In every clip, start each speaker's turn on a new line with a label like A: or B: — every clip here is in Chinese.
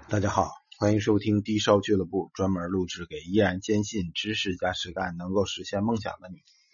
A: 大家好，欢迎收听低烧俱乐部，专门录制给依然坚信知识加实干能够实现梦想的你。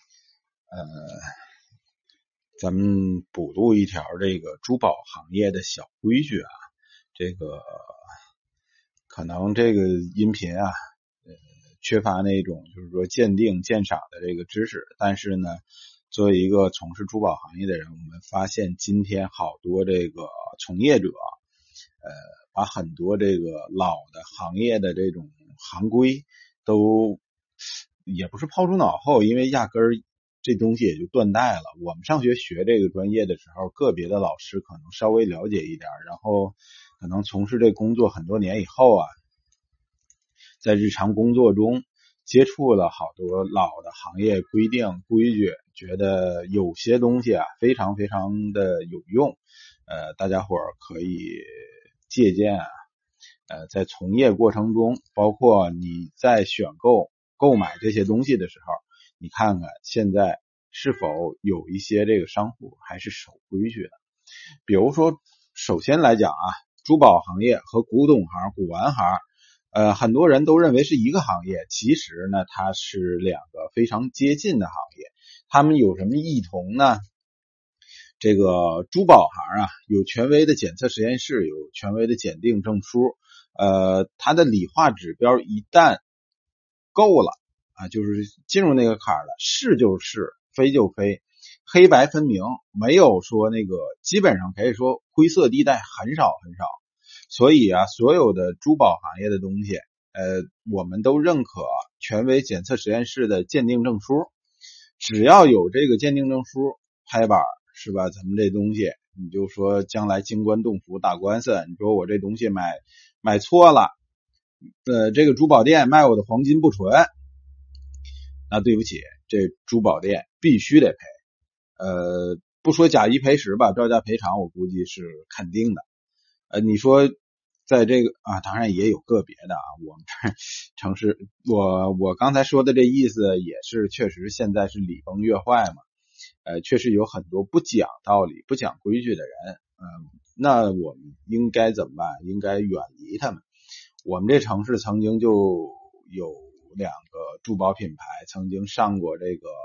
A: 咱们补录一条这个珠宝行业的小规矩啊，这个可能这个音频啊，缺乏那种就是说鉴定鉴赏的这个知识，但是呢，作为一个从事珠宝行业的人，我们发现今天好多这个从业者，把很多这个老的行业的这种行规都也不是抛诸脑后，因为压根儿这东西也就断代了。我们上学学这个专业的时候，个别的老师可能稍微了解一点，然后可能从事这工作很多年以后啊，在日常工作中接触了好多老的行业规定规矩，觉得有些东西啊非常非常的有用，大家伙儿可以借鉴啊，在从业过程中，包括你在购买这些东西的时候，你看看现在是否有一些这个商户还是守规矩的。比如说，首先来讲啊，珠宝行业和古董行、古玩行，很多人都认为是一个行业，其实呢，它是两个非常接近的行业。他们有什么异同呢？这个珠宝行啊，有权威的检测实验室，有权威的检定证书，它的理化指标一旦够了啊，就是进入那个坎儿了，是就是，非就非，黑白分明，没有说那个，基本上可以说灰色地带很少很少。所以啊，所有的珠宝行业的东西，我们都认可权威检测实验室的鉴定证书，只要有这个鉴定证书拍板，是吧？咱们这东西，你就说将来京官洞府打官司，你说我这东西买错了，这个珠宝店卖我的黄金不纯，那对不起，这珠宝店必须得赔。不说假一赔十吧，照价赔偿我估计是肯定的。你说在这个啊，当然也有个别的啊，我们这城市，我刚才说的这意思也是确实现在是礼崩乐坏嘛。确实有很多不讲道理、不讲规矩的人，那我们应该怎么办？应该远离他们。我们这城市曾经就有两个珠宝品牌曾经上过这个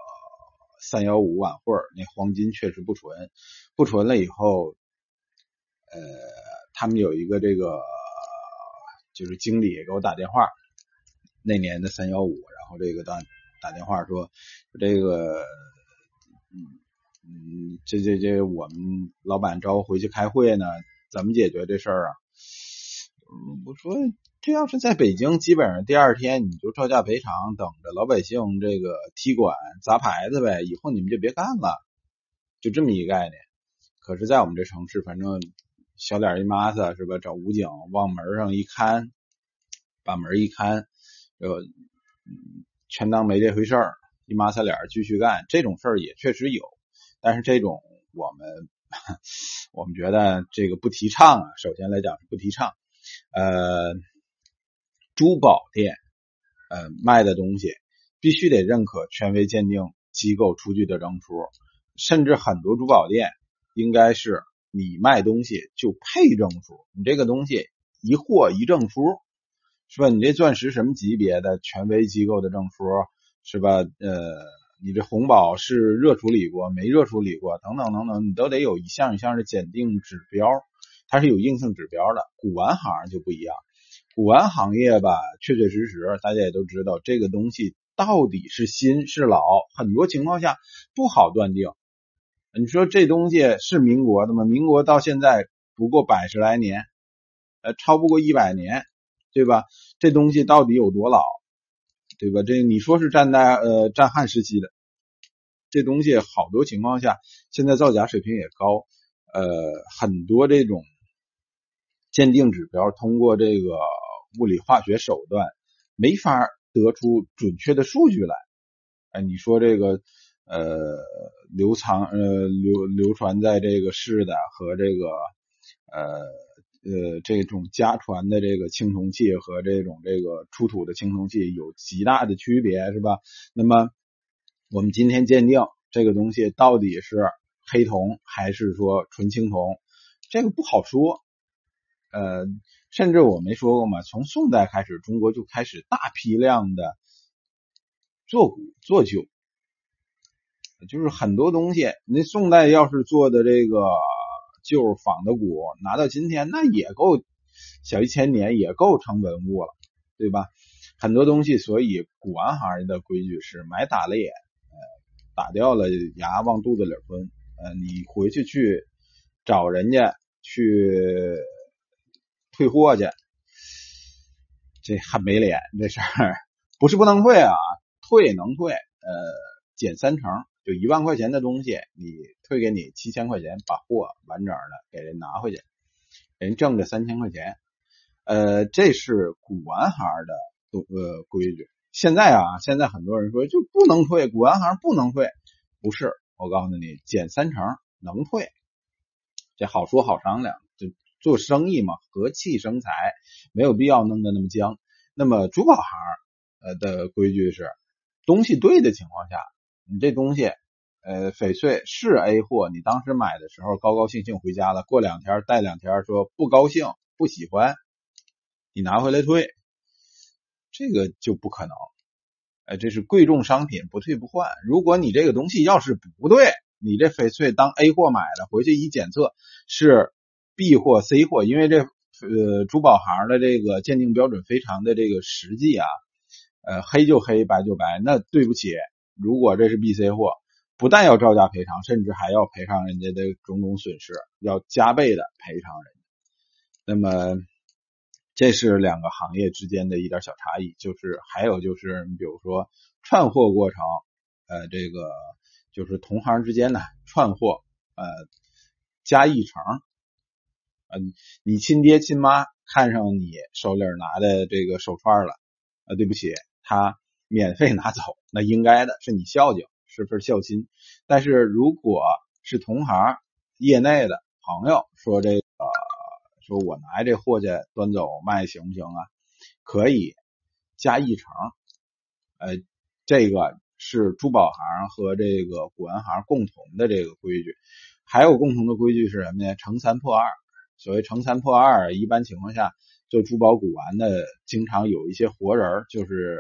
A: 315晚会，那黄金确实不纯，不纯了以后，他们有一个这个就是经理给我打电话，那年的315，然后这个打电话说这个。这我们老板招我回去开会呢，怎么解决这事儿啊？我说这要是在北京，基本上第二天你就照价赔偿，等着老百姓这个踢馆砸牌子呗，以后你们就别干了，就这么一个概念。可是在我们这城市，反正小脸一抹撒是吧，找武警往门上一看，把门一看，全当没这回事儿，一抹撒脸继续干，这种事儿也确实有。但是这种我们觉得这个不提倡啊，首先来讲是不提倡。珠宝店卖的东西必须得认可权威鉴定机构出具的证书，甚至很多珠宝店应该是你卖东西就配证书，你这个东西一货一证书，是吧？你这钻石什么级别的权威机构的证书，是吧？你这红宝是热处理过没热处理过等等等等，你都得有一项一项的检定指标，它是有硬性指标的。古玩行就不一样，古玩行业吧，确确实实大家也都知道，这个东西到底是新是老，很多情况下不好断定。你说这东西是民国的吗？民国到现在不过100来年，超不过100年，对吧？这东西到底有多老？对吧？这你说是战汉时期的这东西，好多情况下现在造假水平也高，很多这种鉴定指标通过这个物理化学手段没法得出准确的数据来。你说这个流传在这个市的和这个这种家传的这个青铜器和这种出土的青铜器有极大的区别，是吧？那么我们今天鉴定这个东西到底是黑铜还是说纯青铜，这个不好说。 甚至我没说过吗？从宋代开始，中国就开始大批量的做古做旧，就是很多东西，那宋代要是做的这个旧仿的古，拿到今天那也够小1000年，也够成文物了，对吧？很多东西，所以古玩行的规矩是买打了眼，打掉了牙往肚子里吞。你回去找人家去退货去，这很没脸，这事儿不是不能退啊，退能退，减3成，就1万块钱的东西，你退给你7000块钱，把货完整的给人拿回去，人挣着3000块钱。这是古玩行的规矩。现在很多人说就不能退，古玩行不能退，不是，我告诉你，减3成能退，这好说好商量，就做生意嘛，和气生财，没有必要弄得那么僵。那么珠宝行的规矩是，东西对的情况下，你这东西翡翠是 A 货，你当时买的时候高高兴兴回家了，过2天带2天说不高兴不喜欢，你拿回来退，这个就不可能。这是贵重商品，不退不换。如果你这个东西要是不对，你这翡翠当 A 货买的，回去一检测是 B 货 C 货，因为这珠宝行的这个鉴定标准非常的这个实际啊，黑就黑，白就白。那对不起，如果这是 BC 货，不但要照价赔偿，甚至还要赔偿人家的种种损失，要加倍的赔偿人家。那么这是两个行业之间的一点小差异，就是还有就是你比如说串货过程，这个就是同行之间呢串货，加一成，你亲爹亲妈看上你手里拿的这个手串了，对不起，他免费拿走，那应该的，是你孝敬，是份孝心。但是如果是同行业内的朋友说这个说我拿这货去端走卖行不行啊？可以加一成，这个是珠宝行和这个古玩行共同的这个规矩。还有共同的规矩是什么呢？乘3破2。所谓乘3破2，一般情况下做珠宝古玩的经常有一些活人，就是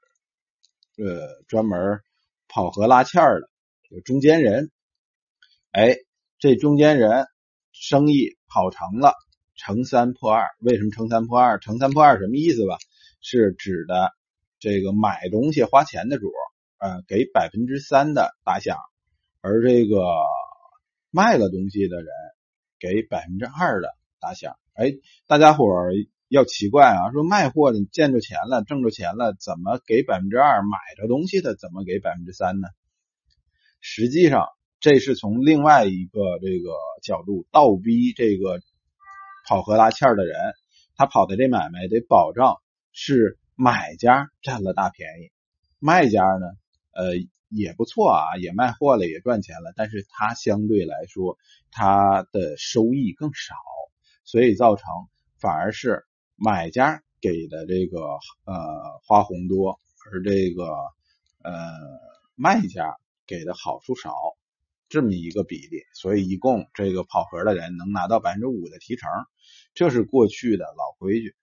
A: 专门跑河拉纤的有中间人。这中间人生意跑成了，乘3破2。为什么乘3破2？乘3破2什么意思吧？是指的这个买东西花钱的主给3%的打响，而这个卖了东西的人给2%的打响。大家伙儿要奇怪啊，说卖货的见着钱了，挣着钱了，怎么给2%？买着东西的怎么给3%呢？实际上这是从另外一个这个角度倒逼这个跑河拉纤的人，他跑的这买卖得保障是买家占了大便宜，卖家呢也不错啊，也卖货了，也赚钱了，但是他相对来说他的收益更少，所以造成反而是买家给的这个花红多，而这个卖家给的好处少，这么一个比例。所以一共这个跑河的人能拿到5%的提成，这是过去的老规矩。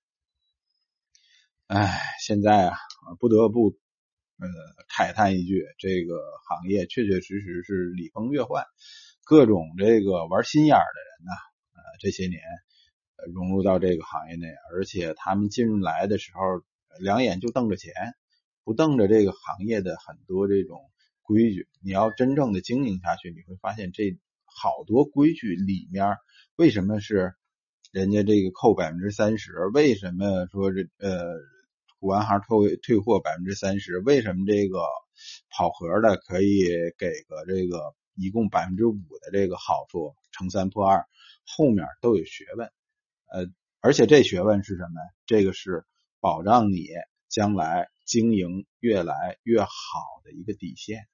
A: 现在不得不慨叹一句，这个行业确确实实是礼崩乐坏，各种这个玩心眼的人呢，这些年融入到这个行业内，而且他们进入来的时候两眼就瞪着钱，不瞪着这个行业的很多这种规矩。你要真正的经营下去，你会发现这好多规矩里面为什么是人家这个扣30%，为什么说古玩行退货30%，为什么这个跑河的可以给个这个一共5%的这个好处，乘3破2，后面都有学问。而且这学问是什么？这个是保障你将来经营越来越好的一个底线。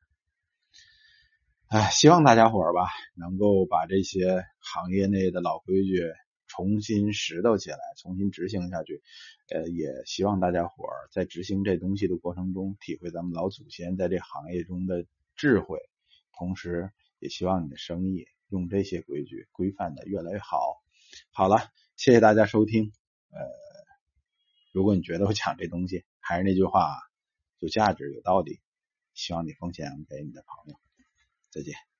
A: 希望大家伙儿吧能够把这些行业内的老规矩重新拾掇起来，重新执行下去。也希望大家伙儿在执行这东西的过程中体会咱们老祖先在这行业中的智慧，同时也希望你的生意用这些规矩规范的越来越好。好了，谢谢大家收听。 如果你觉得我讲这东西还是那句话，有价值有道理，希望你分享给你的朋友。再见。